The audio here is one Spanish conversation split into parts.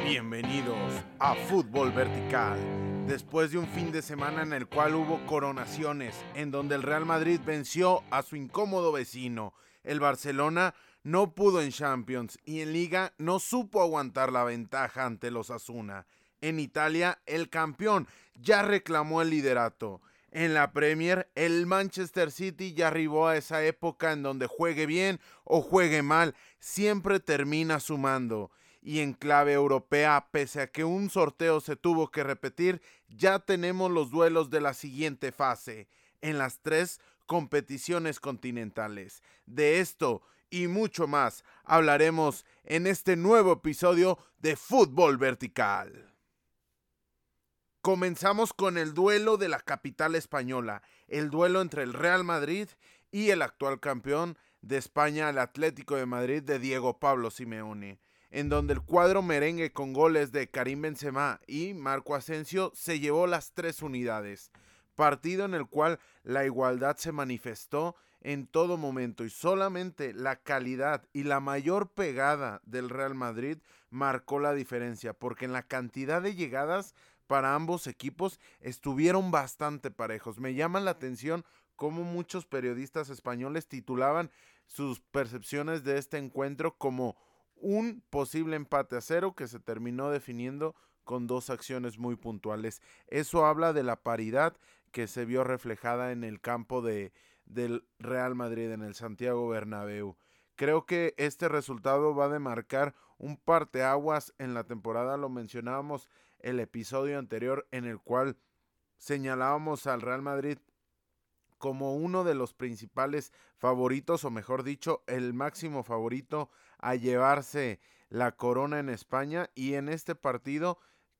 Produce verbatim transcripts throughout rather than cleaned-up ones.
Bienvenidos a Fútbol Vertical. Después de un fin de semana en el cual hubo coronaciones, en donde el Real Madrid venció a su incómodo vecino, el Barcelona no pudo en Champions y en Liga no supo aguantar la ventaja ante los Osasuna. En Italia, el campeón ya reclamó el liderato. En la Premier, el Manchester City ya arribó a esa época en donde juegue bien o juegue mal, siempre termina sumando. Y en clave europea, pese a que un sorteo se tuvo que repetir, ya tenemos los duelos de la siguiente fase, en las tres competiciones continentales. De esto y mucho más hablaremos en este nuevo episodio de Fútbol Vertical. Comenzamos con el duelo de la capital española, el duelo entre el Real Madrid y el actual campeón de España, el Atlético de Madrid de Diego Pablo Simeone, en donde el cuadro merengue con goles de Karim Benzema y Marco Asensio se llevó las tres unidades. Partido en el cual la igualdad se manifestó en todo momento y solamente la calidad y la mayor pegada del Real Madrid marcó la diferencia, porque en la cantidad de llegadas para ambos equipos estuvieron bastante parejos. Me llama la atención cómo muchos periodistas españoles titulaban sus percepciones de este encuentro como un posible empate a cero que se terminó definiendo con dos acciones muy puntuales. Eso habla de la paridad que se vio reflejada en el campo de, del Real Madrid, en el Santiago Bernabéu. Creo que este resultado va a demarcar un parteaguas en la temporada. Lo mencionábamos el episodio anterior, en el cual señalábamos al Real Madrid como uno de los principales favoritos, o mejor dicho, el máximo favorito a llevarse la corona en España, y en este partido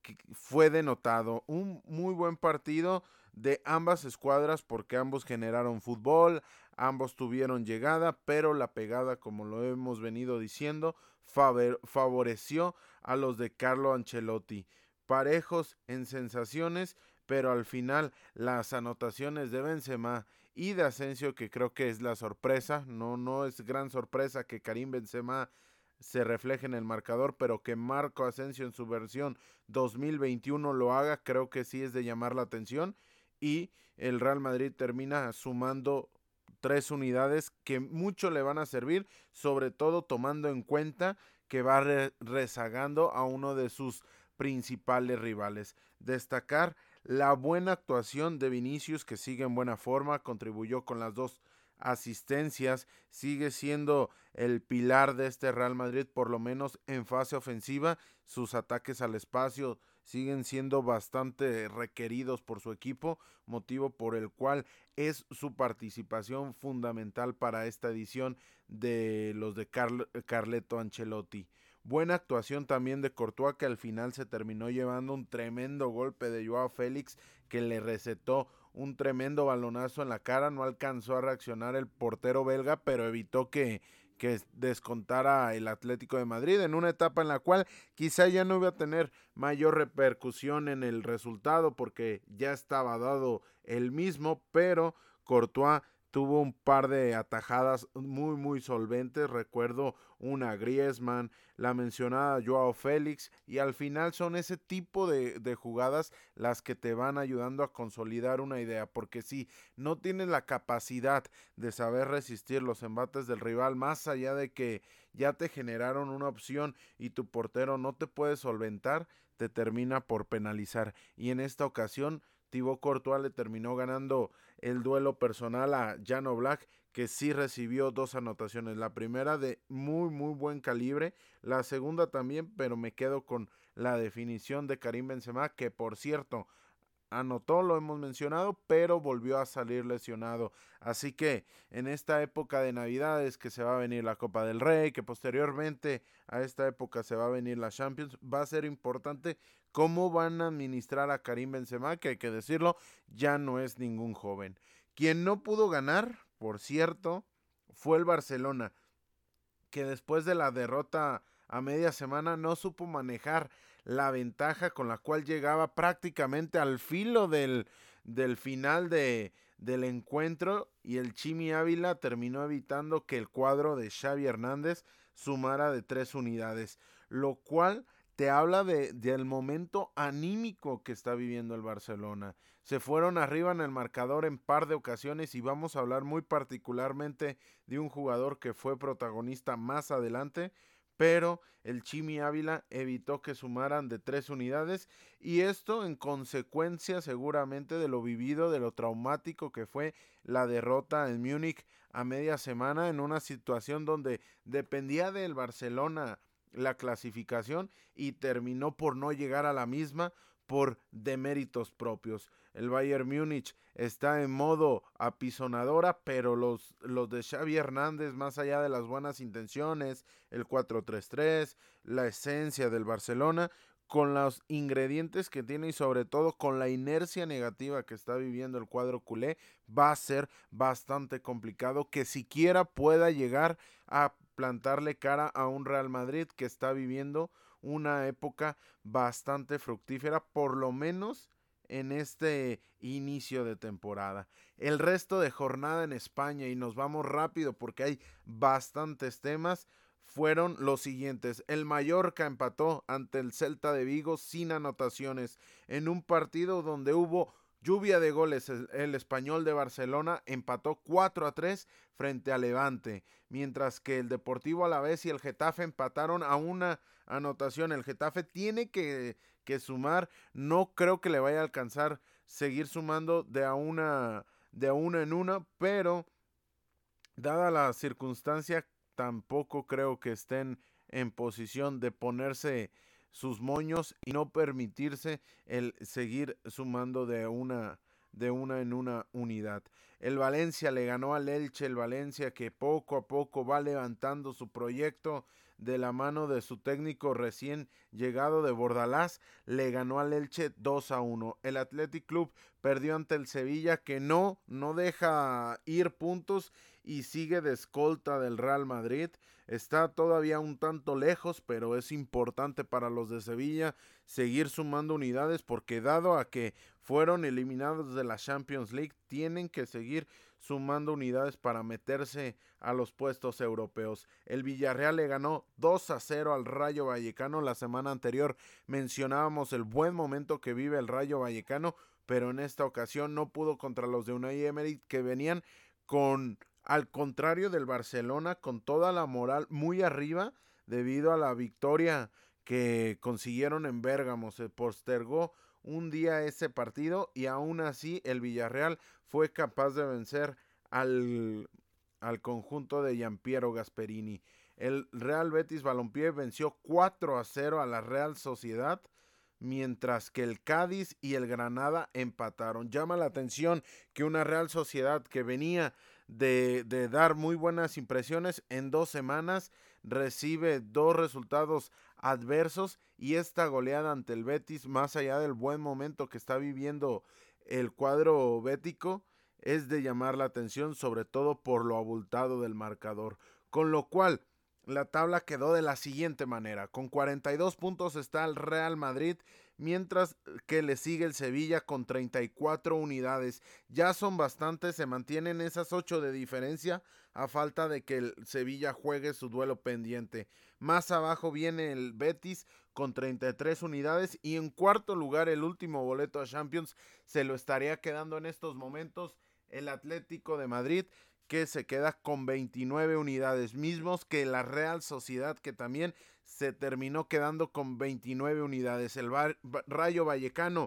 fue denotado un muy buen partido de ambas escuadras, porque ambos generaron fútbol, ambos tuvieron llegada, pero la pegada, como lo hemos venido diciendo, favor- favoreció a los de Carlo Ancelotti. Parejos en sensaciones, pero al final las anotaciones de Benzema y de Asensio, que creo que es la sorpresa, no, no es gran sorpresa que Karim Benzema se refleje en el marcador, pero que Marco Asensio en su versión dos mil veintiuno lo haga, creo que sí es de llamar la atención, y el Real Madrid termina sumando tres unidades que mucho le van a servir, sobre todo tomando en cuenta que va re- rezagando a uno de sus principales rivales. Destacar la buena actuación de Vinicius, que sigue en buena forma, contribuyó con las dos asistencias, sigue siendo el pilar de este Real Madrid, por lo menos en fase ofensiva. Sus ataques al espacio siguen siendo bastante requeridos por su equipo, motivo por el cual es su participación fundamental para esta edición de los de Carl- Carleto Ancelotti. Buena actuación también de Courtois, que al final se terminó llevando un tremendo golpe de Joao Félix, que le recetó un tremendo balonazo en la cara. No alcanzó a reaccionar el portero belga, pero evitó que, que descontara el Atlético de Madrid en una etapa en la cual quizá ya no iba a tener mayor repercusión en el resultado, porque ya estaba dado el mismo, pero Courtois tuvo un par de atajadas muy muy solventes. Recuerdo una a Griezmann, la mencionada Joao Félix, y al final son ese tipo de, de jugadas las que te van ayudando a consolidar una idea, porque si no tienes la capacidad de saber resistir los embates del rival, más allá de que ya te generaron una opción y tu portero no te puede solventar, te termina por penalizar. Y en esta ocasión Thibaut Courtois le terminó ganando el duelo personal a Jan Oblak, que sí recibió dos anotaciones, la primera de muy muy buen calibre, la segunda también, pero me quedo con la definición de Karim Benzema, que por cierto anotó, lo hemos mencionado, pero volvió a salir lesionado. Así que en esta época de Navidades, que se va a venir la Copa del Rey, que posteriormente a esta época se va a venir la Champions, va a ser importante cómo van a administrar a Karim Benzema, que hay que decirlo, ya no es ningún joven. Quien no pudo ganar, por cierto, fue el Barcelona, que después de la derrota a media semana no supo manejar la ventaja con la cual llegaba prácticamente al filo del, del final de, del encuentro, y el Chimi Ávila terminó evitando que el cuadro de Xavi Hernández sumara de tres unidades, lo cual te habla de, del momento anímico que está viviendo el Barcelona. Se fueron arriba en el marcador en par de ocasiones y vamos a hablar muy particularmente de un jugador que fue protagonista más adelante, pero el Chimi Ávila evitó que sumaran de tres unidades y esto en consecuencia seguramente de lo vivido, de lo traumático que fue la derrota en Múnich a media semana en una situación donde dependía del Barcelona la clasificación y terminó por no llegar a la misma por deméritos propios. El Bayern Múnich está en modo apisonadora, pero los, los de Xavi Hernández, más allá de las buenas intenciones, el cuatro tres tres, la esencia del Barcelona, con los ingredientes que tiene y sobre todo con la inercia negativa que está viviendo el cuadro culé, va a ser bastante complicado que siquiera pueda llegar a plantarle cara a un Real Madrid que está viviendo una época bastante fructífera, por lo menos en este inicio de temporada. El resto de jornada en España, y nos vamos rápido porque hay bastantes temas, fueron los siguientes. El Mallorca empató ante el Celta de Vigo sin anotaciones en un partido donde hubo lluvia de goles. El, el Español de Barcelona empató cuatro a tres frente a Levante, mientras que el Deportivo Alavés y el Getafe empataron a una anotación. El Getafe tiene que, que sumar, no creo que le vaya a alcanzar seguir sumando de a una, de a una en una, pero dada la circunstancia, tampoco creo que estén en posición de ponerse sus moños y no permitirse el seguir sumando de una de una en una unidad. El Valencia le ganó al Elche, el Valencia que poco a poco va levantando su proyecto de la mano de su técnico recién llegado de Bordalás, le ganó al Elche dos a uno. El Athletic Club perdió ante el Sevilla que no, no deja ir puntos y sigue de escolta del Real Madrid. Está todavía un tanto lejos, pero es importante para los de Sevilla seguir sumando unidades porque dado a que fueron eliminados de la Champions League, tienen que seguir sumando unidades para meterse a los puestos europeos. El Villarreal le ganó dos a cero al Rayo Vallecano. La semana anterior mencionábamos el buen momento que vive el Rayo Vallecano, pero en esta ocasión no pudo contra los de Unai Emery, que venían con, al contrario del Barcelona, con toda la moral muy arriba debido a la victoria que consiguieron en Bérgamo. Se postergó un día ese partido y aún así el Villarreal fue capaz de vencer al, al conjunto de Gianpiero Gasperini. El Real Betis Balompié venció cuatro a cero a la Real Sociedad, mientras que el Cádiz y el Granada empataron. Llama la atención que una Real Sociedad que venía de, de dar muy buenas impresiones en dos semanas recibe dos resultados adversos y esta goleada ante el Betis, más allá del buen momento que está viviendo el cuadro bético, es de llamar la atención, sobre todo por lo abultado del marcador, con lo cual la tabla quedó de la siguiente manera: con cuarenta y dos puntos está el Real Madrid, mientras que le sigue el Sevilla con treinta y cuatro unidades. Ya son bastantes, se mantienen esas ocho de diferencia a falta de que el Sevilla juegue su duelo pendiente. Más abajo viene el Betis con treinta y tres unidades y en cuarto lugar, el último boleto a Champions se lo estaría quedando en estos momentos el Atlético de Madrid, que se queda con veintinueve unidades, mismos que la Real Sociedad, que también se terminó quedando con veintinueve unidades. El Bar- Rayo Vallecano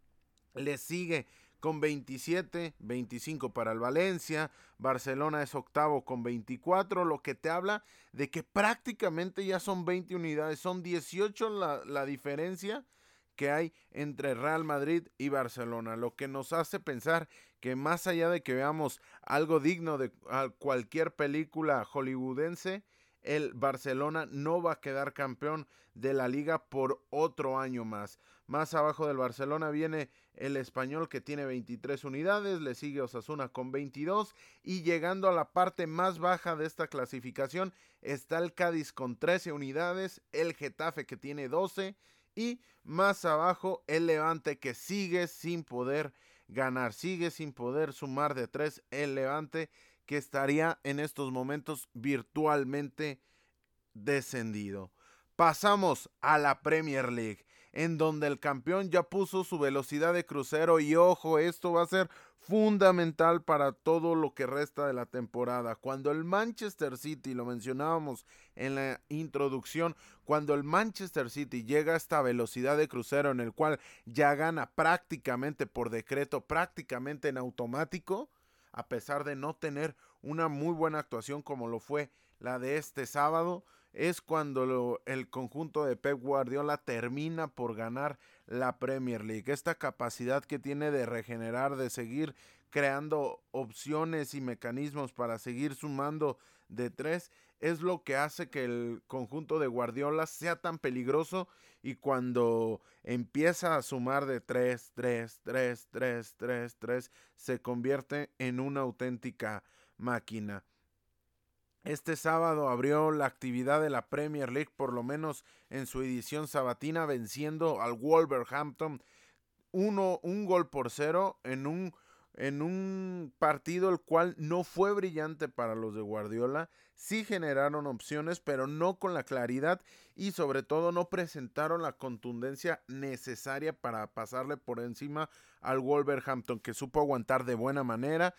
le sigue con veintisiete, veinticinco para el Valencia. Barcelona es octavo con veinticuatro, lo que te habla de que prácticamente ya son veinte unidades, son dieciocho la, la diferencia que hay entre Real Madrid y Barcelona, lo que nos hace pensar que más allá de que veamos algo digno de cualquier película hollywoodense, el Barcelona no va a quedar campeón de la liga por otro año más. Más abajo del Barcelona viene el Español, que tiene veintitrés unidades, le sigue Osasuna con veintidós y llegando a la parte más baja de esta clasificación está el Cádiz con trece unidades, el Getafe que tiene doce y más abajo el Levante, que sigue sin poder ganar, sigue sin poder sumar de tres. El Levante, que estaría en estos momentos virtualmente descendido. Pasamos a la Premier League, en donde el campeón ya puso su velocidad de crucero y ojo, esto va a ser fundamental para todo lo que resta de la temporada. Cuando el Manchester City, lo mencionábamos en la introducción, cuando el Manchester City llega a esta velocidad de crucero en el cual ya gana prácticamente por decreto, prácticamente en automático, a pesar de no tener una muy buena actuación como lo fue la de este sábado, es cuando lo, el conjunto de Pep Guardiola termina por ganar la Premier League. Esta capacidad que tiene de regenerar, de seguir creando opciones y mecanismos para seguir sumando de tres, es lo que hace que el conjunto de Guardiola sea tan peligroso, y cuando empieza a sumar de tres, tres, tres, tres, tres, tres, se convierte en una auténtica máquina. Este sábado abrió la actividad de la Premier League, por lo menos en su edición sabatina, venciendo al Wolverhampton uno, un gol por cero en un, en un partido el cual no fue brillante para los de Guardiola. Sí generaron opciones, pero no con la claridad y sobre todo no presentaron la contundencia necesaria para pasarle por encima al Wolverhampton, que supo aguantar de buena manera.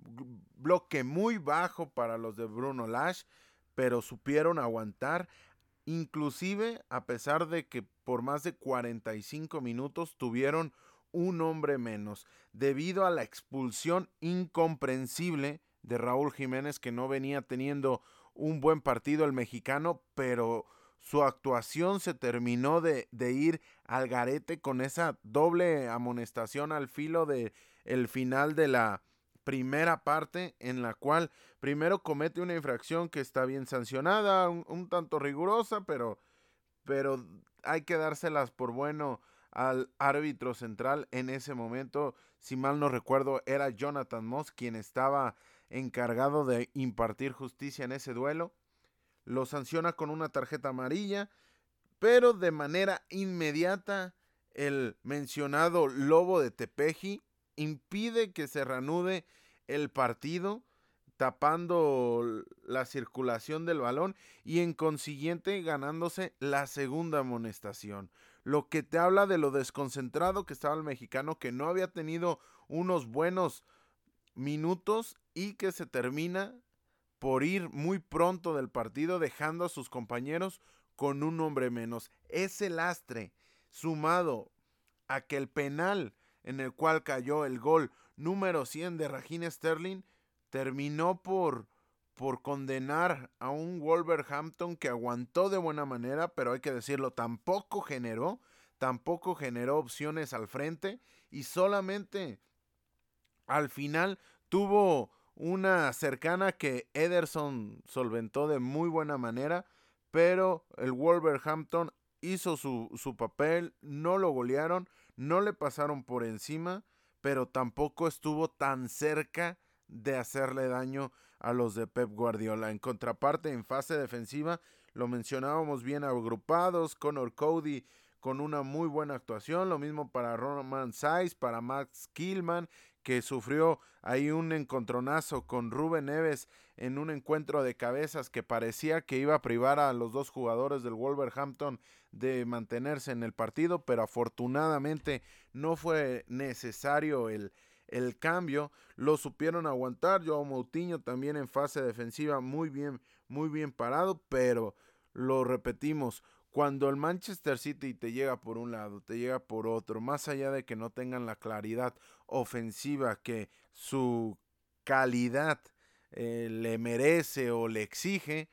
Bloque muy bajo para los de Bruno Lage, pero supieron aguantar, inclusive a pesar de que por más de cuarenta y cinco minutos tuvieron un hombre menos, debido a la expulsión incomprensible de Raúl Jiménez, que no venía teniendo un buen partido el mexicano, pero su actuación se terminó de, de ir al garete con esa doble amonestación al filo de el final de la primera parte, en la cual primero comete una infracción que está bien sancionada, un, un tanto rigurosa, pero, pero hay que dárselas por bueno al árbitro central en ese momento. Si mal no recuerdo, era Jonathan Moss quien estaba encargado de impartir justicia en ese duelo. Lo sanciona con una tarjeta amarilla, pero de manera inmediata el mencionado Lobo de Tepeji impide que se reanude el partido, tapando la circulación del balón y en consiguiente ganándose la segunda amonestación. Lo que te habla de lo desconcentrado que estaba el mexicano, que no había tenido unos buenos minutos y que se termina por ir muy pronto del partido, dejando a sus compañeros con un hombre menos. Ese lastre, sumado a que el penal en el cual cayó el gol número cien de Raheem Sterling, terminó por, por condenar a un Wolverhampton que aguantó de buena manera, pero hay que decirlo, tampoco generó, tampoco generó opciones al frente, y solamente al final tuvo una cercana que Ederson solventó de muy buena manera, pero el Wolverhampton hizo su, su papel, no lo golearon, no le pasaron por encima, pero tampoco estuvo tan cerca de hacerle daño a los de Pep Guardiola. En contraparte, en fase defensiva, lo mencionábamos bien agrupados, Connor Cody con una muy buena actuación, lo mismo para Roman Saiz, para Max Kilman, que sufrió ahí un encontronazo con Rúben Neves en un encuentro de cabezas que parecía que iba a privar a los dos jugadores del Wolverhampton de mantenerse en el partido, pero afortunadamente no fue necesario el, el cambio, lo supieron aguantar. Joao Moutinho también en fase defensiva muy bien, muy bien parado, pero lo repetimos, cuando el Manchester City te llega por un lado, te llega por otro, más allá de que no tengan la claridad ofensiva que su calidad eh, le merece o le exige,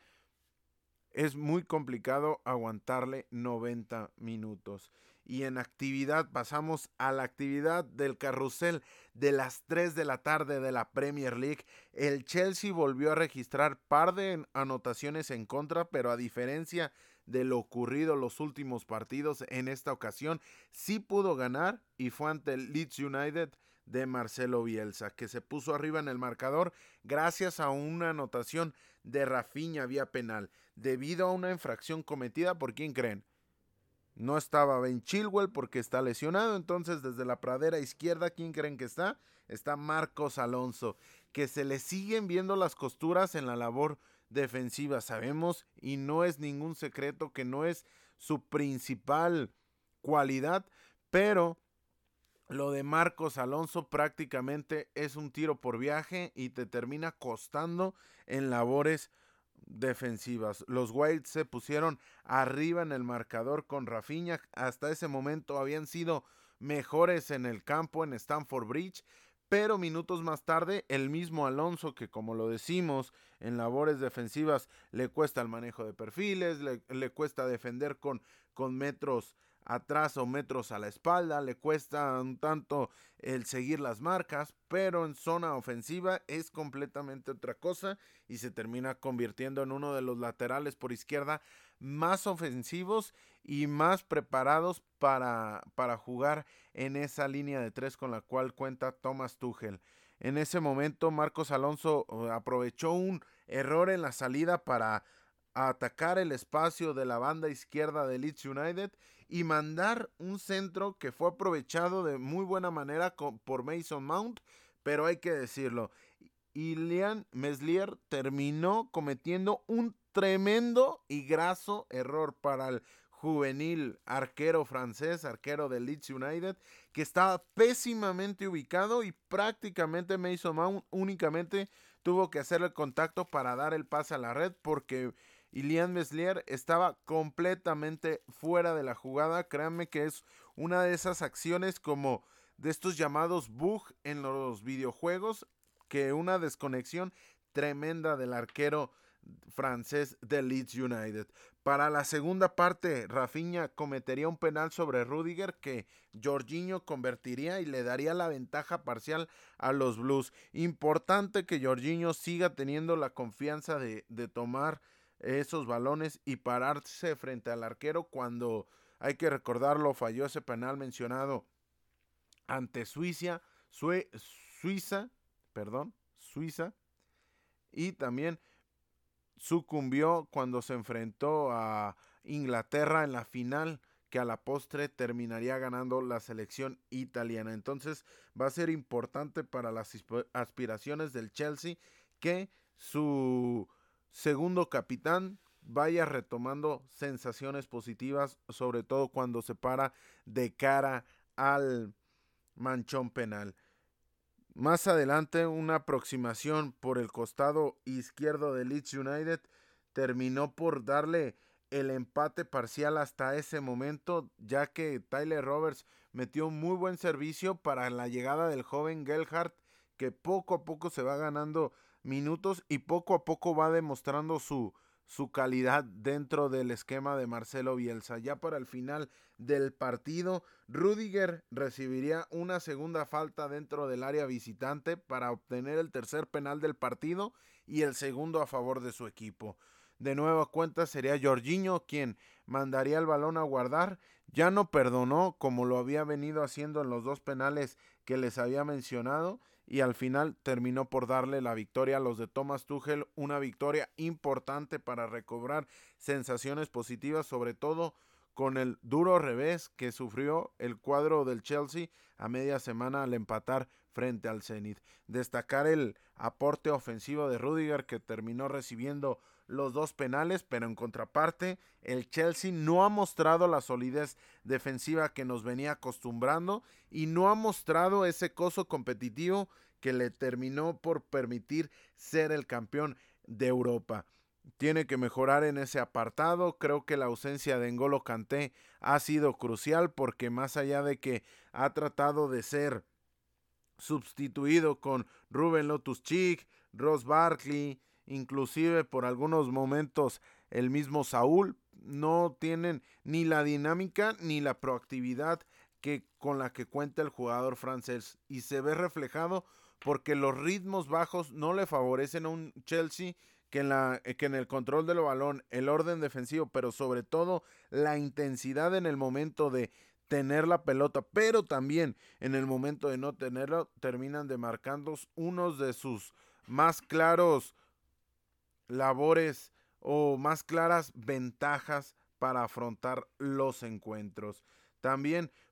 es muy complicado aguantarle noventa minutos. Y en actividad pasamos a la actividad del carrusel de las tres de la tarde de la Premier League. El Chelsea volvió a registrar par de anotaciones en contra, pero a diferencia de lo ocurrido los últimos partidos, en esta ocasión sí pudo ganar, y fue ante el Leeds United de Marcelo Bielsa, que se puso arriba en el marcador gracias a una anotación de Rafinha vía penal, debido a una infracción cometida por, ¿quién creen? No estaba Ben Chilwell porque está lesionado, entonces desde la pradera izquierda, ¿quién creen que está? Está Marcos Alonso, que se le siguen viendo las costuras en la labor defensiva. Sabemos, y no es ningún secreto, que no es su principal cualidad, pero lo de Marcos Alonso prácticamente es un tiro por viaje y te termina costando en labores defensivas. Los Wild se pusieron arriba en el marcador con Rafinha. Hasta ese momento habían sido mejores en el campo en Stamford Bridge, pero minutos más tarde el mismo Alonso, que como lo decimos en labores defensivas le cuesta el manejo de perfiles, le, le cuesta defender con, con metros atrás o metros a la espalda, le cuesta un tanto el seguir las marcas, pero en zona ofensiva es completamente otra cosa y se termina convirtiendo en uno de los laterales por izquierda más ofensivos y más preparados para, para jugar en esa línea de tres con la cual cuenta Thomas Tuchel. En ese momento Marcos Alonso aprovechó un error en la salida para atacar el espacio de la banda izquierda de Leeds United y mandar un centro que fue aprovechado de muy buena manera por Mason Mount, pero hay que decirlo, Illan Meslier terminó cometiendo un tremendo y graso error para el juvenil arquero francés, arquero de Leeds United, que estaba pésimamente ubicado y prácticamente Mason Mount únicamente tuvo que hacer el contacto para dar el pase a la red, porque Illan Meslier estaba completamente fuera de la jugada. Créanme que es una de esas acciones como de estos llamados bug en los videojuegos, que una desconexión tremenda del arquero francés de Leeds United. Para la segunda parte, Rafinha cometería un penal sobre Rudiger que Jorginho convertiría y le daría la ventaja parcial a los Blues. Importante que Jorginho siga teniendo la confianza de, de tomar esos balones y pararse frente al arquero cuando, hay que recordarlo, falló ese penal mencionado ante Suiza, Sue, Suiza, perdón, Suiza, y también sucumbió cuando se enfrentó a Inglaterra en la final, que a la postre terminaría ganando la selección italiana. Entonces va a ser importante para las aspiraciones del Chelsea que su segundo capitán vaya retomando sensaciones positivas, sobre todo cuando se para de cara al manchón penal. Más adelante, una aproximación por el costado izquierdo de Leeds United terminó por darle el empate parcial hasta ese momento, ya que Tyler Roberts metió un muy buen servicio para la llegada del joven Gelhardt, que poco a poco se va ganando minutos y poco a poco va demostrando su, su calidad dentro del esquema de Marcelo Bielsa. Ya para el final del partido, Rudiger recibiría una segunda falta dentro del área visitante para obtener el tercer penal del partido y el segundo a favor de su equipo. De nueva cuenta sería Jorginho quien mandaría el balón a guardar. Ya no perdonó como lo había venido haciendo en los dos penales que les había mencionado y al final terminó por darle la victoria a los de Thomas Tuchel, una victoria importante para recobrar sensaciones positivas, sobre todo con el duro revés que sufrió el cuadro del Chelsea a media semana al empatar frente al Zenit. Destacar el aporte ofensivo de Rudiger, que terminó recibiendo los dos penales, pero en contraparte el Chelsea no ha mostrado la solidez defensiva que nos venía acostumbrando y no ha mostrado ese coso competitivo que le terminó por permitir ser el campeón de Europa. Tiene que mejorar en ese apartado. Creo que la ausencia de N'Golo Kanté ha sido crucial, porque más allá de que ha tratado de ser sustituido con Ruben Loftus-Cheek, Ross Barkley, inclusive por algunos momentos el mismo Saúl, no tienen ni la dinámica ni la proactividad que con la que cuenta el jugador francés, y se ve reflejado porque los ritmos bajos no le favorecen a un Chelsea que en, la, que en el control del balón, el orden defensivo, pero sobre todo la intensidad en el momento de tener la pelota, pero también en el momento de no tenerlo, terminan demarcando unos de sus más claros labores o más claras ventajas para afrontar los encuentros. También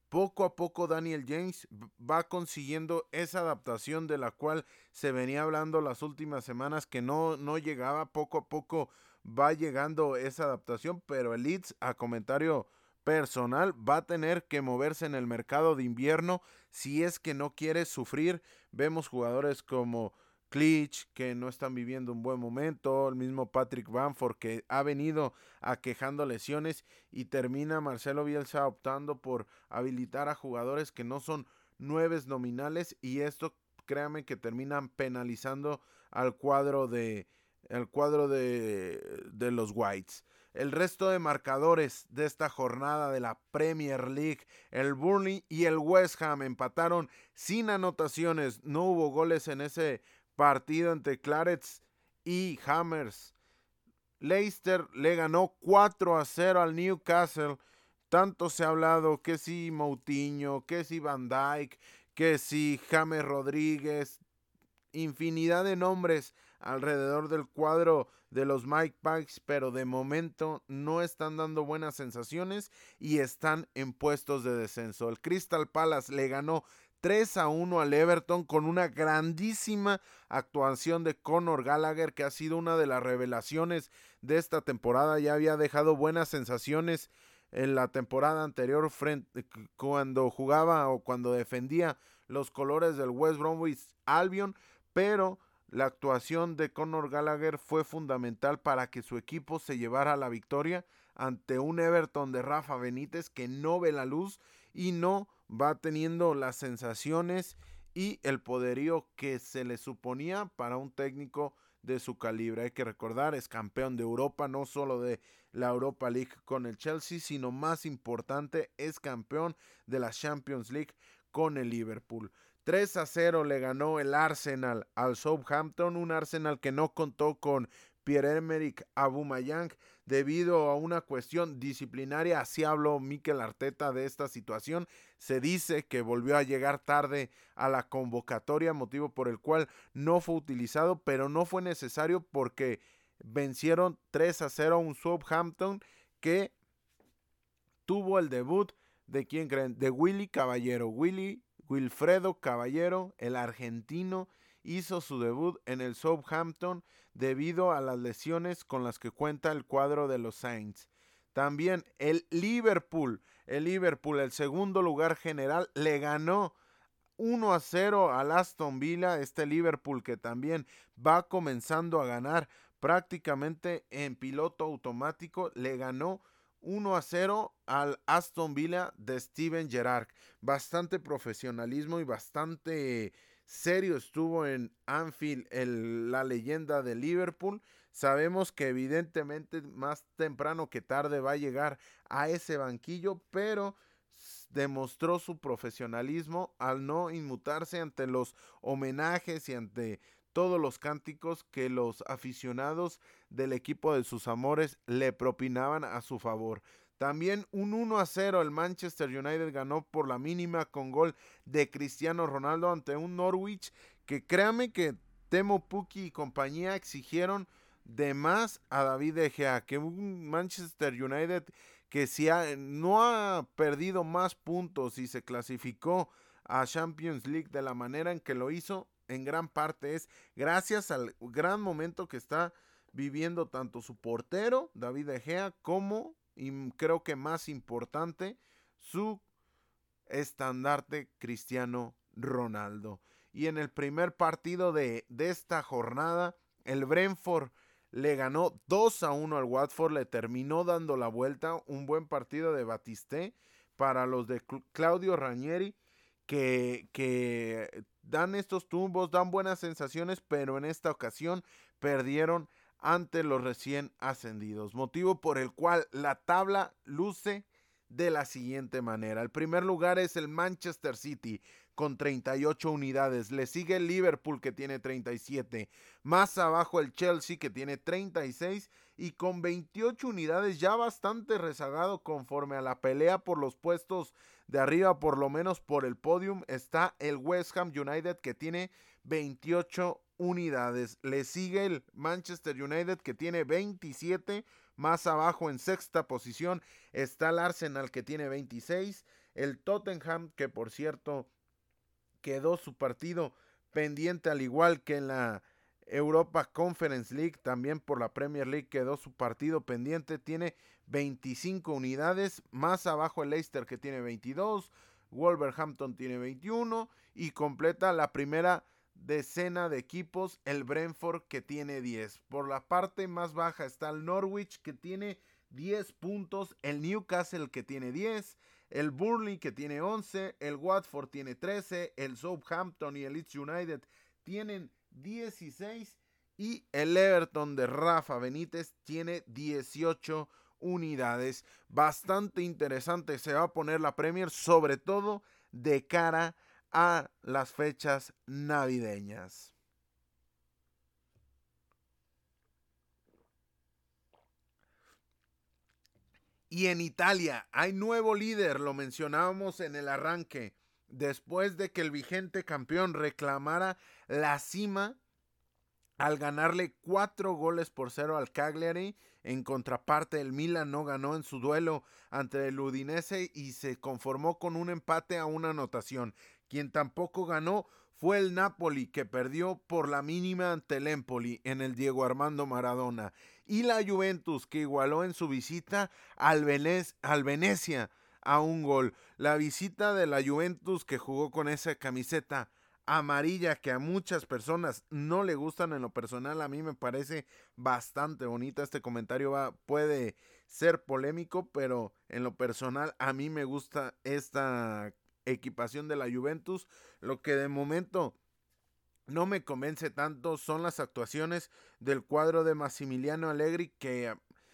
poco a poco Daniel James va consiguiendo esa adaptación de la cual se venía hablando las últimas semanas que no, no llegaba. Poco a poco va llegando esa adaptación, pero el Leeds, a comentario personal, va a tener que moverse en el mercado de invierno si es que no quiere sufrir. Vemos jugadores como Clich, que no están viviendo un buen momento, el mismo Patrick Bamford, que ha venido aquejando lesiones, y termina Marcelo Bielsa optando por habilitar a jugadores que no son nueves nominales, y esto, créanme, que terminan penalizando al cuadro de el cuadro de, de los Whites. El resto de marcadores de esta jornada de la Premier League: el Burnley y el West Ham empataron sin anotaciones, no hubo goles en ese partido entre Clarets y Hammers. Leicester le ganó cuatro a cero al Newcastle. Tanto se ha hablado que si Moutinho, que si Van Dijk, que si James Rodríguez, infinidad de nombres alrededor del cuadro de los Mike Pikes, pero de momento no están dando buenas sensaciones y están en puestos de descenso. El Crystal Palace le ganó tres a uno al Everton con una grandísima actuación de Conor Gallagher, que ha sido una de las revelaciones de esta temporada. Ya había dejado buenas sensaciones en la temporada anterior frente, cuando jugaba o cuando defendía los colores del West Bromwich Albion, pero la actuación de Conor Gallagher fue fundamental para que su equipo se llevara la victoria ante un Everton de Rafa Benítez que no ve la luz y no va teniendo las sensaciones y el poderío que se le suponía para un técnico de su calibre. Hay que recordar, es campeón de Europa, no solo de la Europa League con el Chelsea, sino más importante, es campeón de la Champions League con el Liverpool. tres a cero le ganó el Arsenal al Southampton, un Arsenal que no contó con Pierre-Emerick Aubameyang debido a una cuestión disciplinaria. Así habló Mikel Arteta de esta situación. Se dice que volvió a llegar tarde a la convocatoria, motivo por el cual no fue utilizado, pero no fue necesario porque vencieron tres a cero a un Southampton que tuvo el debut de, ¿quién creen? De Willy Caballero. Willy Wilfredo Caballero, el argentino, hizo su debut en el Southampton debido a las lesiones con las que cuenta el cuadro de los Saints. También el Liverpool, el Liverpool, el segundo lugar general, le ganó uno a cero al Aston Villa. Este Liverpool que también va comenzando a ganar prácticamente en piloto automático, le ganó uno a cero al Aston Villa de Steven Gerrard. Bastante profesionalismo y bastante serio estuvo en Anfield el, la leyenda de Liverpool. Sabemos que evidentemente más temprano que tarde va a llegar a ese banquillo, pero demostró su profesionalismo al no inmutarse ante los homenajes y ante todos los cánticos que los aficionados del equipo de sus amores le propinaban a su favor. También un uno a cero el Manchester United ganó por la mínima con gol de Cristiano Ronaldo ante un Norwich que, créame que Temo Pukki y compañía exigieron de más a David De Gea, que un Manchester United que si ha, no ha perdido más puntos y se clasificó a Champions League de la manera en que lo hizo, en gran parte es gracias al gran momento que está viviendo tanto su portero David De Gea como, y creo que más importante, su estandarte Cristiano Ronaldo. Y en el primer partido de, de esta jornada, el Brentford le ganó dos a uno al Watford, le terminó dando la vuelta. Un buen partido de Batiste para los de Claudio Ranieri, que, que dan estos tumbos, dan buenas sensaciones, pero en esta ocasión perdieron ante los recién ascendidos, motivo por el cual la tabla luce de la siguiente manera. El primer lugar es el Manchester City con treinta y ocho unidades, le sigue el Liverpool que tiene treinta y siete, más abajo el Chelsea que tiene treinta y seis y con veintiocho unidades, ya bastante rezagado conforme a la pelea por los puestos de arriba, por lo menos por el podium, está el West Ham United que tiene veintiocho unidades, le sigue el Manchester United que tiene veintisiete, más abajo en sexta posición está el Arsenal que tiene veintiséis, El Tottenham, que por cierto quedó su partido pendiente, al igual que en la Europa Conference League, también por la Premier League quedó su partido pendiente, tiene veinticinco unidades, más abajo el Leicester que tiene veintidós, Wolverhampton tiene veintiuno y completa la primera decena de equipos el Brentford que tiene diez. Por la parte más baja está el Norwich que tiene diez puntos, el Newcastle que tiene diez, el Burnley que tiene once, el Watford tiene trece, el Southampton y el Leeds United tienen dieciséis y el Everton de Rafa Benítez tiene dieciocho unidades. Bastante interesante se va a poner la Premier, sobre todo de cara a las fechas navideñas. Y en Italia hay nuevo líder, lo mencionábamos en el arranque, después de que el vigente campeón reclamara la cima al ganarle cuatro goles por cero al Cagliari. En contraparte, el Milan no ganó en su duelo ante el Udinese y se conformó con un empate a una anotación. Quien tampoco ganó fue el Napoli, que perdió por la mínima ante el Empoli en el Diego Armando Maradona. Y la Juventus, que igualó en su visita al, Venez- al Venecia a un gol. La visita de la Juventus, que jugó con esa camiseta amarilla que a muchas personas no le gustan, en lo personal a mí me parece bastante bonita. Este comentario va, puede ser polémico, pero en lo personal a mí me gusta esta equipación de la Juventus. Lo que de momento no me convence tanto son las actuaciones del cuadro de Massimiliano Allegri, que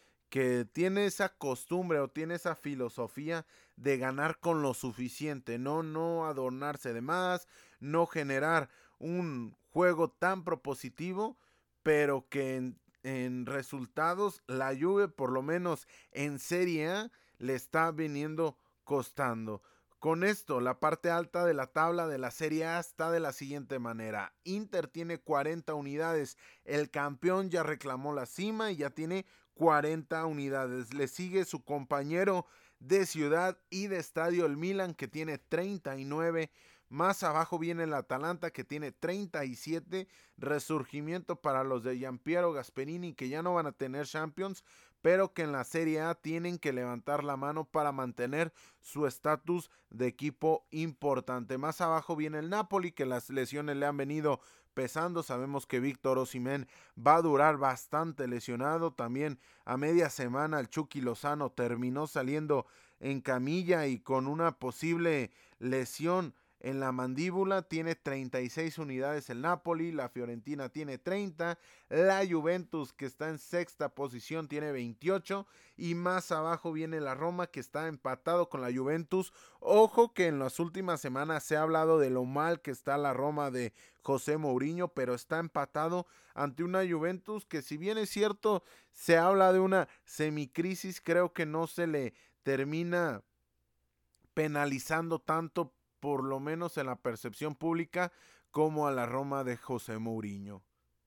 que tiene esa costumbre o tiene esa filosofía de ganar con lo suficiente, no, no adornarse de más, no generar un juego tan propositivo, pero que en, en resultados la Juve, por lo menos en Serie A, le está viniendo costando. Con esto, la parte alta de la tabla de la Serie A está de la siguiente manera. Inter tiene cuarenta unidades, el campeón ya reclamó la cima y ya tiene cuarenta unidades. Le sigue su compañero de ciudad y de estadio, el Milan, que tiene treinta y nueve. Más abajo viene el Atalanta, que tiene treinta y siete. Resurgimiento para los de Giampiero Gasperini, que ya no van a tener Champions, pero que en la Serie A tienen que levantar la mano para mantener su estatus de equipo importante. Más abajo viene el Napoli, que las lesiones le han venido pesando. Sabemos que Víctor Osimhen va a durar bastante lesionado. También a media semana el Chucky Lozano terminó saliendo en camilla y con una posible lesión en la mandíbula. Tiene treinta y seis unidades el Napoli, la Fiorentina tiene treinta, la Juventus, que está en sexta posición, tiene veintiocho, y más abajo viene la Roma, que está empatado con la Juventus. Ojo que en las últimas semanas se ha hablado de lo mal que está la Roma de José Mourinho, pero está empatado ante una Juventus que, si bien es cierto, se habla de una semicrisis, creo que no se le termina penalizando tanto, por lo menos en la percepción pública, como a la Roma de José Mourinho.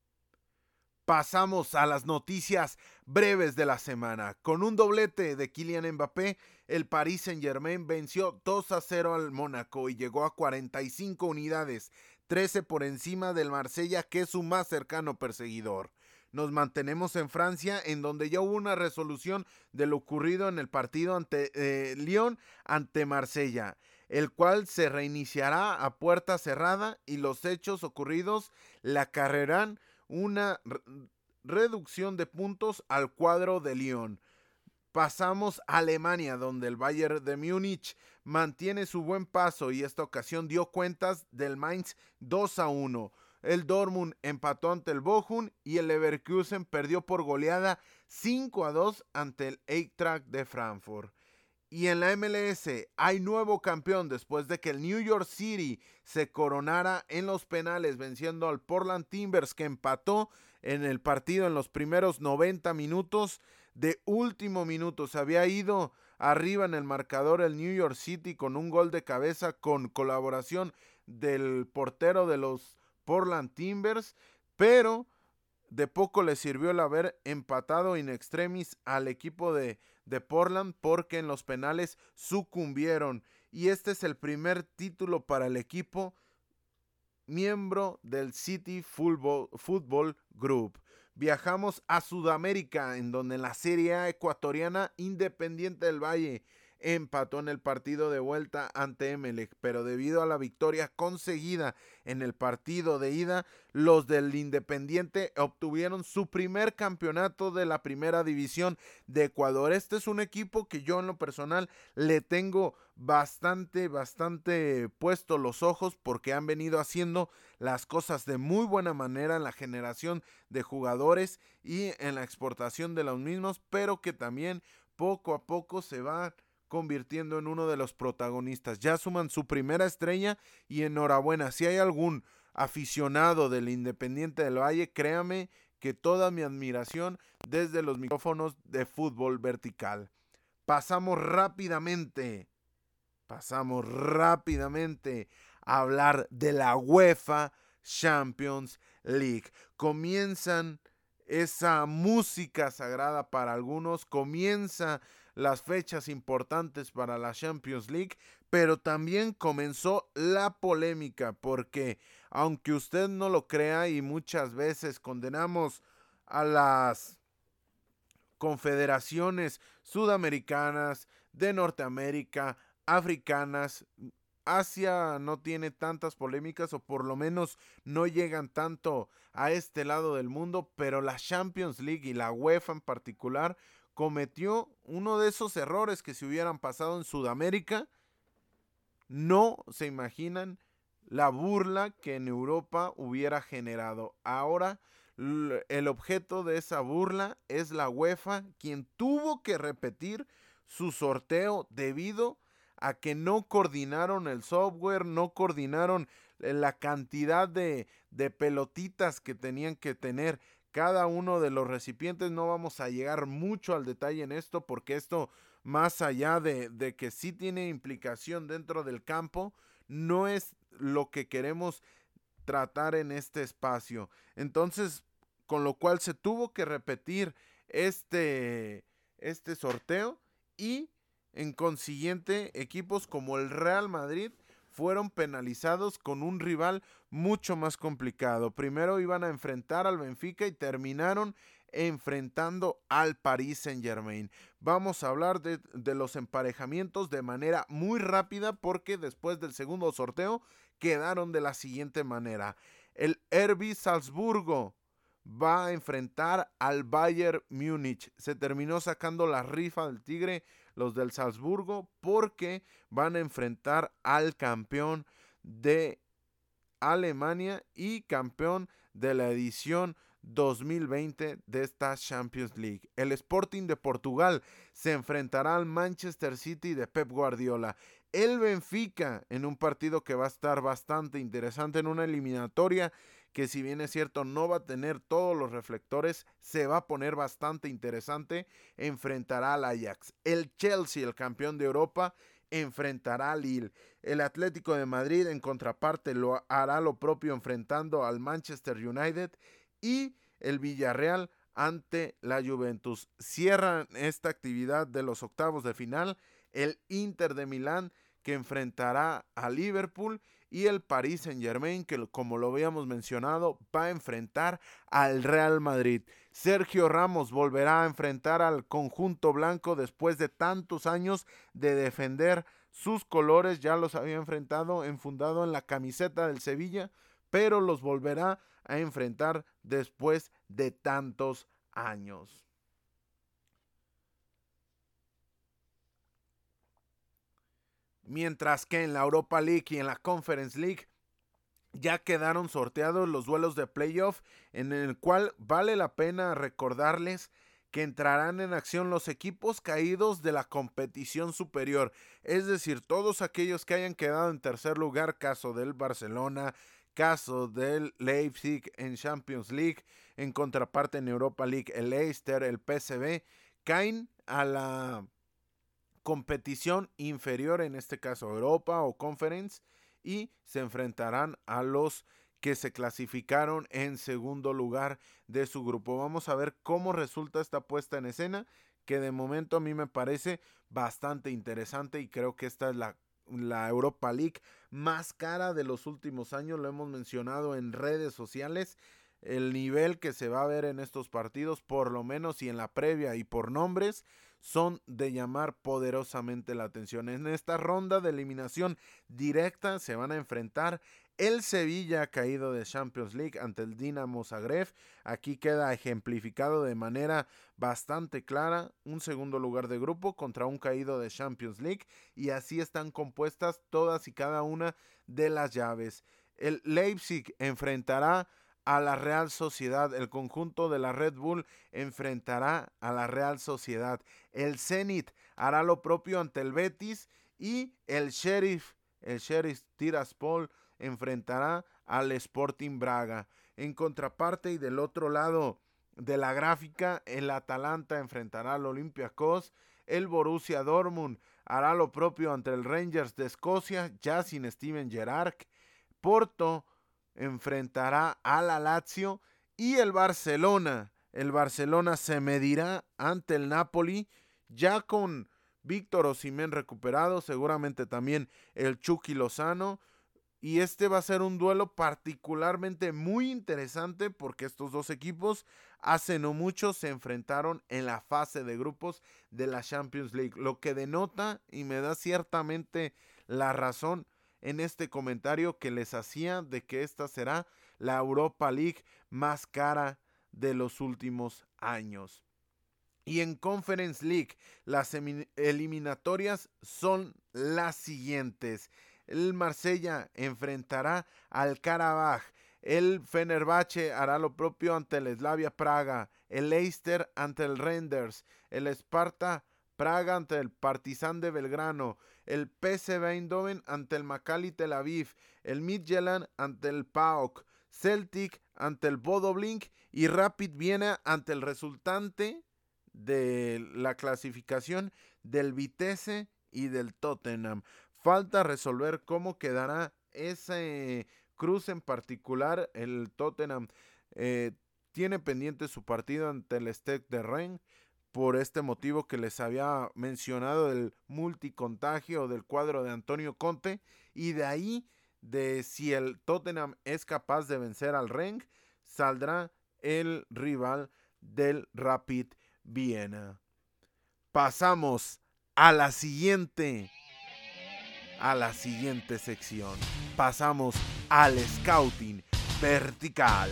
Pasamos a las noticias breves de la semana. Con un doblete de Kylian Mbappé, el Paris Saint-Germain venció dos a cero al Mónaco y llegó a cuarenta y cinco unidades, trece por encima del Marsella, que es su más cercano perseguidor. Nos mantenemos en Francia, en donde ya hubo una resolución de lo ocurrido en el partido ante eh, Lyon ante Marsella, el cual se reiniciará a puerta cerrada, y los hechos ocurridos le acarrearán una re reducción de puntos al cuadro de Lyon. Pasamos a Alemania, donde el Bayern de Múnich mantiene su buen paso y esta ocasión dio cuentas del Mainz dos a uno. El Dortmund empató ante el Bochum y el Leverkusen perdió por goleada cinco a dos ante el Eintracht de Frankfurt. Y en la M L S hay nuevo campeón después de que el New York City se coronara en los penales venciendo al Portland Timbers, que empató en el partido en los primeros noventa minutos. De último minuto se había ido arriba en el marcador el New York City con un gol de cabeza con colaboración del portero de los Portland Timbers, pero de poco le sirvió el haber empatado in extremis al equipo de, de Portland, porque en los penales sucumbieron y este es el primer título para el equipo miembro del City Football, Football Group. Viajamos a Sudamérica, en donde en la Serie A ecuatoriana Independiente del Valle empató en el partido de vuelta ante Emelec, pero debido a la victoria conseguida en el partido de ida, los del Independiente obtuvieron su primer campeonato de la primera división de Ecuador. Este es un equipo que yo en lo personal le tengo bastante, bastante puesto los ojos, porque han venido haciendo las cosas de muy buena manera en la generación de jugadores y en la exportación de los mismos, pero que también poco a poco se va convirtiendo en uno de los protagonistas. Ya suman su primera estrella y enhorabuena. Si hay algún aficionado del Independiente del Valle, créame que toda mi admiración desde los micrófonos de Fútbol Vertical. Pasamos rápidamente, pasamos rápidamente a hablar de la UEFA Champions League. Comienzan esa música sagrada para algunos, comienza las fechas importantes para la Champions League, pero también comenzó la polémica, porque aunque usted no lo crea y muchas veces condenamos a las confederaciones sudamericanas, de Norteamérica, africanas, Asia no tiene tantas polémicas, o por lo menos no llegan tanto a este lado del mundo, pero la Champions League y la UEFA en particular cometió uno de esos errores que si hubieran pasado en Sudamérica, no se imaginan la burla que en Europa hubiera generado. Ahora el objeto de esa burla es la UEFA, quien tuvo que repetir su sorteo debido a que no coordinaron el software, no coordinaron la cantidad de, de pelotitas que tenían que tener cada uno de los recipientes. No vamos a llegar mucho al detalle en esto, porque esto, más allá de, de que sí tiene implicación dentro del campo, no es lo que queremos tratar en este espacio. Entonces, con lo cual se tuvo que repetir este, este sorteo, y en consiguiente equipos como el Real Madrid fueron penalizados con un rival mucho más complicado. Primero iban a enfrentar al Benfica y terminaron enfrentando al Paris Saint-Germain. Vamos a hablar de, de los emparejamientos de manera muy rápida, porque después del segundo sorteo quedaron de la siguiente manera. El R B Salzburgo va a enfrentar al Bayern Múnich. Se terminó sacando la rifa del tigre los del Salzburgo, porque van a enfrentar al campeón de Alemania y campeón de la edición dos mil veinte de esta Champions League. El Sporting de Portugal se enfrentará al Manchester City de Pep Guardiola. El Benfica, en un partido que va a estar bastante interesante, en una eliminatoria que, si bien es cierto no va a tener todos los reflectores, se va a poner bastante interesante, enfrentará al Ajax. El Chelsea, el campeón de Europa, enfrentará al Lille. El Atlético de Madrid, en contraparte, lo hará lo propio enfrentando al Manchester United, y el Villarreal ante la Juventus. Cierran esta actividad de los octavos de final el Inter de Milán, que enfrentará a Liverpool, y el Paris Saint-Germain, que, como lo habíamos mencionado, va a enfrentar al Real Madrid. Sergio Ramos volverá a enfrentar al conjunto blanco después de tantos años de defender sus colores. Ya los había enfrentado enfundado en la camiseta del Sevilla, pero los volverá a enfrentar después de tantos años. Mientras que en la Europa League y en la Conference League ya quedaron sorteados los duelos de playoff, en el cual vale la pena recordarles que entrarán en acción los equipos caídos de la competición superior, es decir, todos aquellos que hayan quedado en tercer lugar, caso del Barcelona, caso del Leipzig en Champions League, en contraparte en Europa League el Leicester, el P S V, caen a la competición inferior, en este caso Europa o Conference, y se enfrentarán a los que se clasificaron en segundo lugar de su grupo. Vamos a ver cómo resulta esta puesta en escena, que de momento a mí me parece bastante interesante, y creo que esta es la la Europa League más cara de los últimos años, lo hemos mencionado en redes sociales. El nivel que se va a ver en estos partidos, por lo menos y en la previa y por nombres, son de llamar poderosamente la atención. En esta ronda de eliminación directa se van a enfrentar el Sevilla, caído de Champions League, ante el Dinamo Zagreb. Aquí queda ejemplificado de manera bastante clara un segundo lugar de grupo contra un caído de Champions League, y así están compuestas todas y cada una de las llaves. El Leipzig enfrentará a la Real Sociedad, el conjunto de la Red Bull enfrentará a la Real Sociedad, el Zenit hará lo propio ante el Betis, y el Sheriff, el Sheriff Tiraspol enfrentará al Sporting Braga. En contraparte y del otro lado de la gráfica, el Atalanta enfrentará al Olympiacos, el Borussia Dortmund hará lo propio ante el Rangers de Escocia, ya sin Steven Gerrard, Porto enfrentará a la Lazio, y el Barcelona, el Barcelona se medirá ante el Napoli, ya con Víctor Osimhen recuperado, seguramente también el Chucky Lozano, y este va a ser un duelo particularmente muy interesante porque estos dos equipos hace no mucho se enfrentaron en la fase de grupos de la Champions League, lo que denota y me da ciertamente la razón en este comentario que les hacía de que esta será la Europa League más cara de los últimos años. Y en Conference League, las eliminatorias son las siguientes. El Marsella enfrentará al Karabaj. El Fenerbahce hará lo propio ante el Slavia Praga. El Leicester ante el Rangers. El Sparta Praga ante el Partizan de Belgrano. El P S V Eindhoven ante el Maccabi Tel Aviv. El Midtjylland ante el P A O K. Celtic ante el Bodo Glimt. Y Rapid Viena ante el resultante de la clasificación del Vitesse y del Tottenham. Falta resolver cómo quedará ese cruce en particular. El Tottenham eh, tiene pendiente su partido ante el Stade de Rennes por este motivo que les había mencionado del multicontagio del cuadro de Antonio Conte, y de ahí de si el Tottenham es capaz de vencer al Rennes, saldrá el rival del Rapid Viena. Pasamos a la siguiente a la siguiente sección. Pasamos al scouting vertical.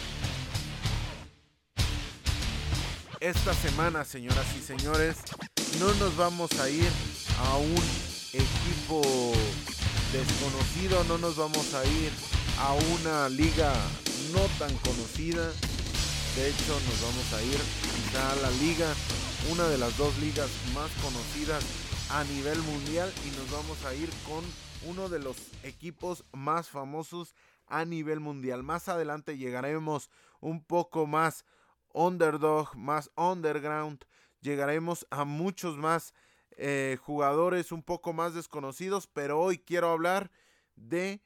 Esta semana, señoras y señores, no nos vamos a ir a un equipo desconocido, no nos vamos a ir a una liga no tan conocida. De hecho, nos vamos a ir quizá a la liga, una de las dos ligas más conocidas a nivel mundial, y nos vamos a ir con uno de los equipos más famosos a nivel mundial. Más adelante llegaremos un poco más underdog, más underground, llegaremos a muchos más eh, jugadores un poco más desconocidos, pero hoy quiero hablar de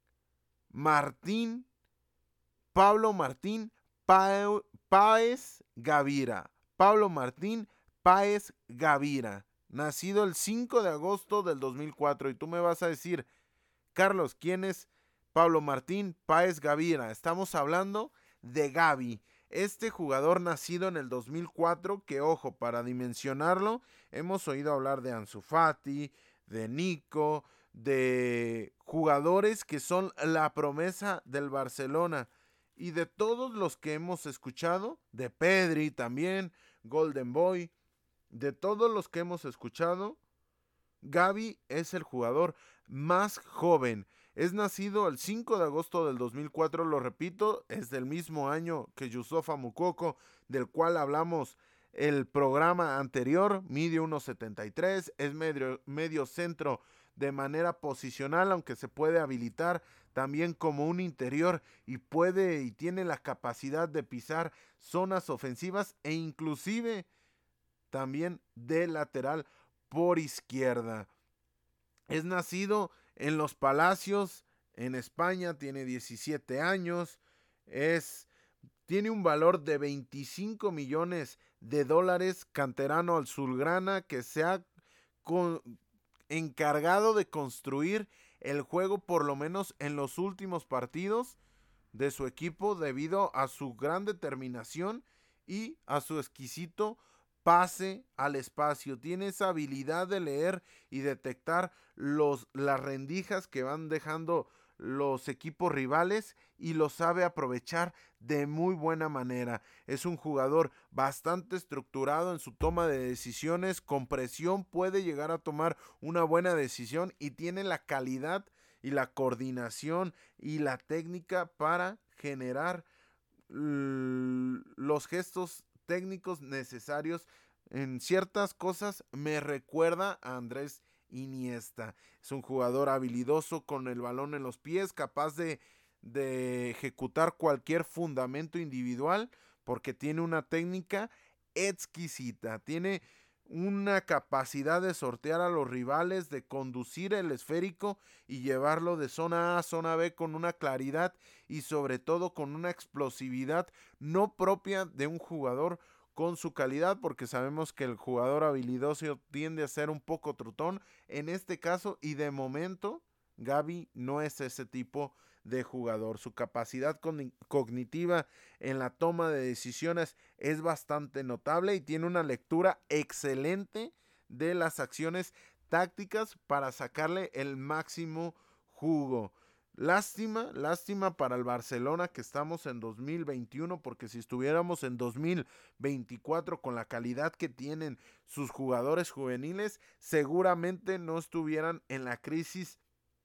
Martín, Pablo Martín Páez Gavira. Pablo Martín Páez Gavira, nacido el cinco de agosto del dos mil cuatro. Y tú me vas a decir, Carlos, ¿quién es Pablo Martín Páez Gavira? Estamos hablando de Gavi, este jugador nacido en el dos mil cuatro, que ojo, para dimensionarlo, hemos oído hablar de Ansu Fati, de Nico, de jugadores que son la promesa del Barcelona, y de todos los que hemos escuchado, de Pedri también, Golden Boy, de todos los que hemos escuchado, Gavi es el jugador más joven. Es nacido el cinco de agosto del dos mil cuatro, lo repito, es del mismo año que Youssoufa Moukoko, del cual hablamos el programa anterior. Mide uno setenta y tres, es medio, medio centro de manera posicional, aunque se puede habilitar también como un interior, y puede y tiene la capacidad de pisar zonas ofensivas e inclusive también de lateral por izquierda. Es nacido en Los Palacios, en España, tiene diecisiete años, es, tiene un valor de veinticinco millones de dólares, canterano al Azulgrana, que se ha con, encargado de construir el juego, por lo menos en los últimos partidos de su equipo, debido a su gran determinación y a su exquisito pase al espacio. Tiene esa habilidad de leer y detectar los, las rendijas que van dejando los equipos rivales y lo sabe aprovechar de muy buena manera. Es un jugador bastante estructurado en su toma de decisiones, con presión puede llegar a tomar una buena decisión y tiene la calidad y la coordinación y la técnica para generar l- los gestos técnicos necesarios en ciertas cosas. Me recuerda a Andrés Iniesta. Es un jugador habilidoso con el balón en los pies, capaz de, de ejecutar cualquier fundamento individual porque tiene una técnica exquisita, tiene una capacidad de sortear a los rivales, de conducir el esférico y llevarlo de zona A a zona B con una claridad y sobre todo con una explosividad no propia de un jugador con su calidad, porque sabemos que el jugador habilidoso tiende a ser un poco trotón en este caso, y de momento Gavi no es ese tipo de jugador. Su capacidad cognitiva en la toma de decisiones es bastante notable y tiene una lectura excelente de las acciones tácticas para sacarle el máximo jugo. Lástima, lástima para el Barcelona que estamos en dos mil veintiuno, porque si estuviéramos en dos mil veinticuatro con la calidad que tienen sus jugadores juveniles, seguramente no estuvieran en la crisis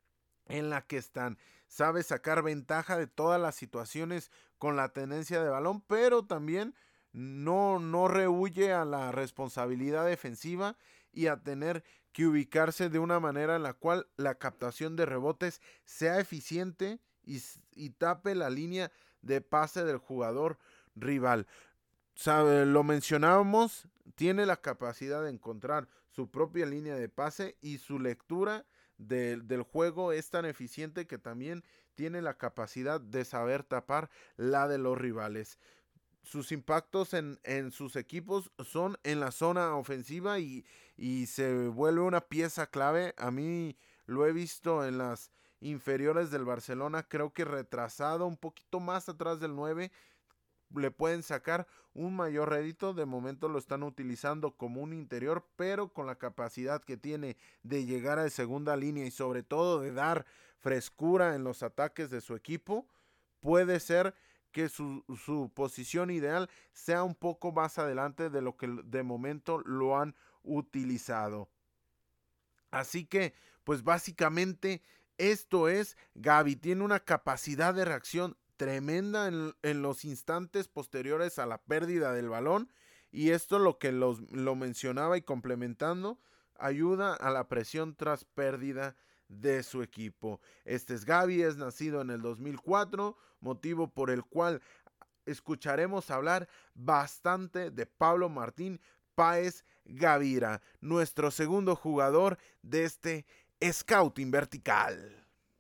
en la que están. Sabe sacar ventaja de todas las situaciones con la tenencia de balón, pero también no, no rehuye a la responsabilidad defensiva y a tener que ubicarse de una manera en la cual la captación de rebotes sea eficiente y, y tape la línea de pase del jugador rival. Sabe, lo mencionábamos, tiene la capacidad de encontrar su propia línea de pase y su lectura de, del juego es tan eficiente que también tiene la capacidad de saber tapar la de los rivales. Sus impactos en, en sus equipos son en la zona ofensiva y, y se vuelve una pieza clave. A mí lo he visto en las inferiores del Barcelona, creo que retrasado un poquito más atrás del nueve, le pueden sacar un mayor rédito. De momento lo están utilizando como un interior, pero con la capacidad que tiene de llegar a segunda línea y sobre todo de dar frescura en los ataques de su equipo, puede ser que su, su posición ideal sea un poco más adelante de lo que de momento lo han utilizado. Así que, pues básicamente esto es Gavi. Tiene una capacidad de reacción tremenda en, en los instantes posteriores a la pérdida del balón. Y esto lo que los, lo mencionaba y complementando, ayuda a la presión tras pérdida de su equipo. Este es Gavi, es nacido en el dos mil cuatro, motivo por el cual escucharemos hablar bastante de Pablo Martín Páez Gavira, nuestro segundo jugador de este Scouting Vertical.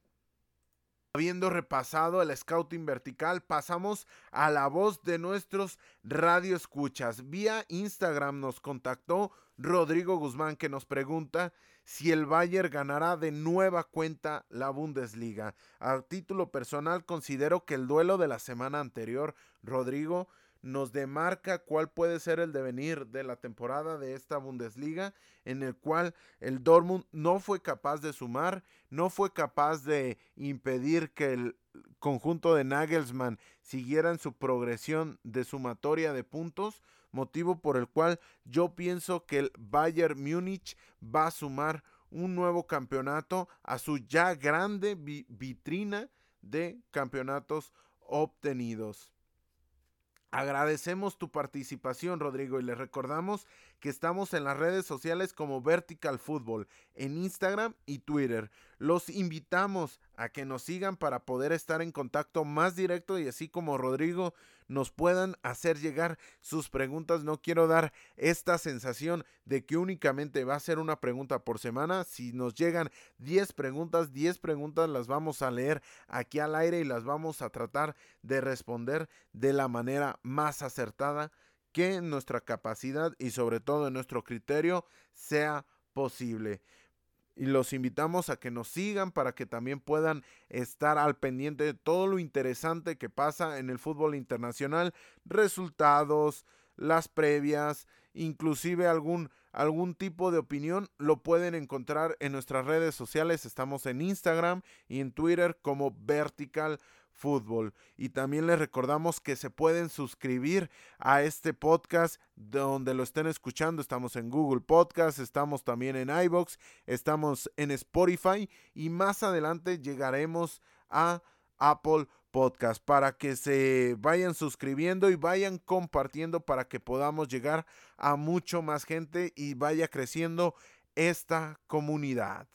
Habiendo repasado el Scouting Vertical, pasamos a la voz de nuestros radioescuchas. Vía Instagram nos contactó Rodrigo Guzmán, que nos pregunta si el Bayern ganará de nueva cuenta la Bundesliga. A título personal, considero que el duelo de la semana anterior, Rodrigo, nos demarca cuál puede ser el devenir de la temporada de esta Bundesliga, en el cual el Dortmund no fue capaz de sumar, no fue capaz de impedir que el conjunto de Nagelsmann siguiera en su progresión de sumatoria de puntos, motivo por el cual yo pienso que el Bayern Múnich va a sumar un nuevo campeonato a su ya grande vi- vitrina de campeonatos obtenidos. Agradecemos tu participación, Rodrigo, y les recordamos que estamos en las redes sociales como Vertical Football, en Instagram y Twitter. Los invitamos a que nos sigan para poder estar en contacto más directo y así como Rodrigo nos puedan hacer llegar sus preguntas. No quiero dar esta sensación de que únicamente va a ser una pregunta por semana. Si nos llegan diez preguntas, diez preguntas las vamos a leer aquí al aire y las vamos a tratar de responder de la manera más acertada que nuestra capacidad y sobre todo en nuestro criterio sea posible. Y los invitamos a que nos sigan para que también puedan estar al pendiente de todo lo interesante que pasa en el fútbol internacional, resultados, las previas, inclusive algún, algún tipo de opinión, lo pueden encontrar en nuestras redes sociales. Estamos en Instagram y en Twitter como Vertical Fútbol. Y también les recordamos que se pueden suscribir a este podcast donde lo estén escuchando. Estamos en Google Podcast, estamos también en iVoox, estamos en Spotify y más adelante llegaremos a Apple Podcast para que se vayan suscribiendo y vayan compartiendo para que podamos llegar a mucho más gente y vaya creciendo esta comunidad.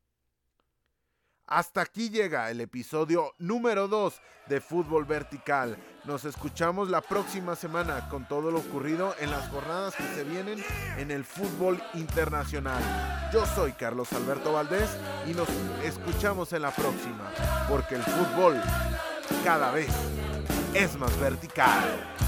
Hasta aquí llega el episodio número dos de Fútbol Vertical. Nos escuchamos la próxima semana con todo lo ocurrido en las jornadas que se vienen en el fútbol internacional. Yo soy Carlos Alberto Valdés y nos escuchamos en la próxima, porque el fútbol cada vez es más vertical.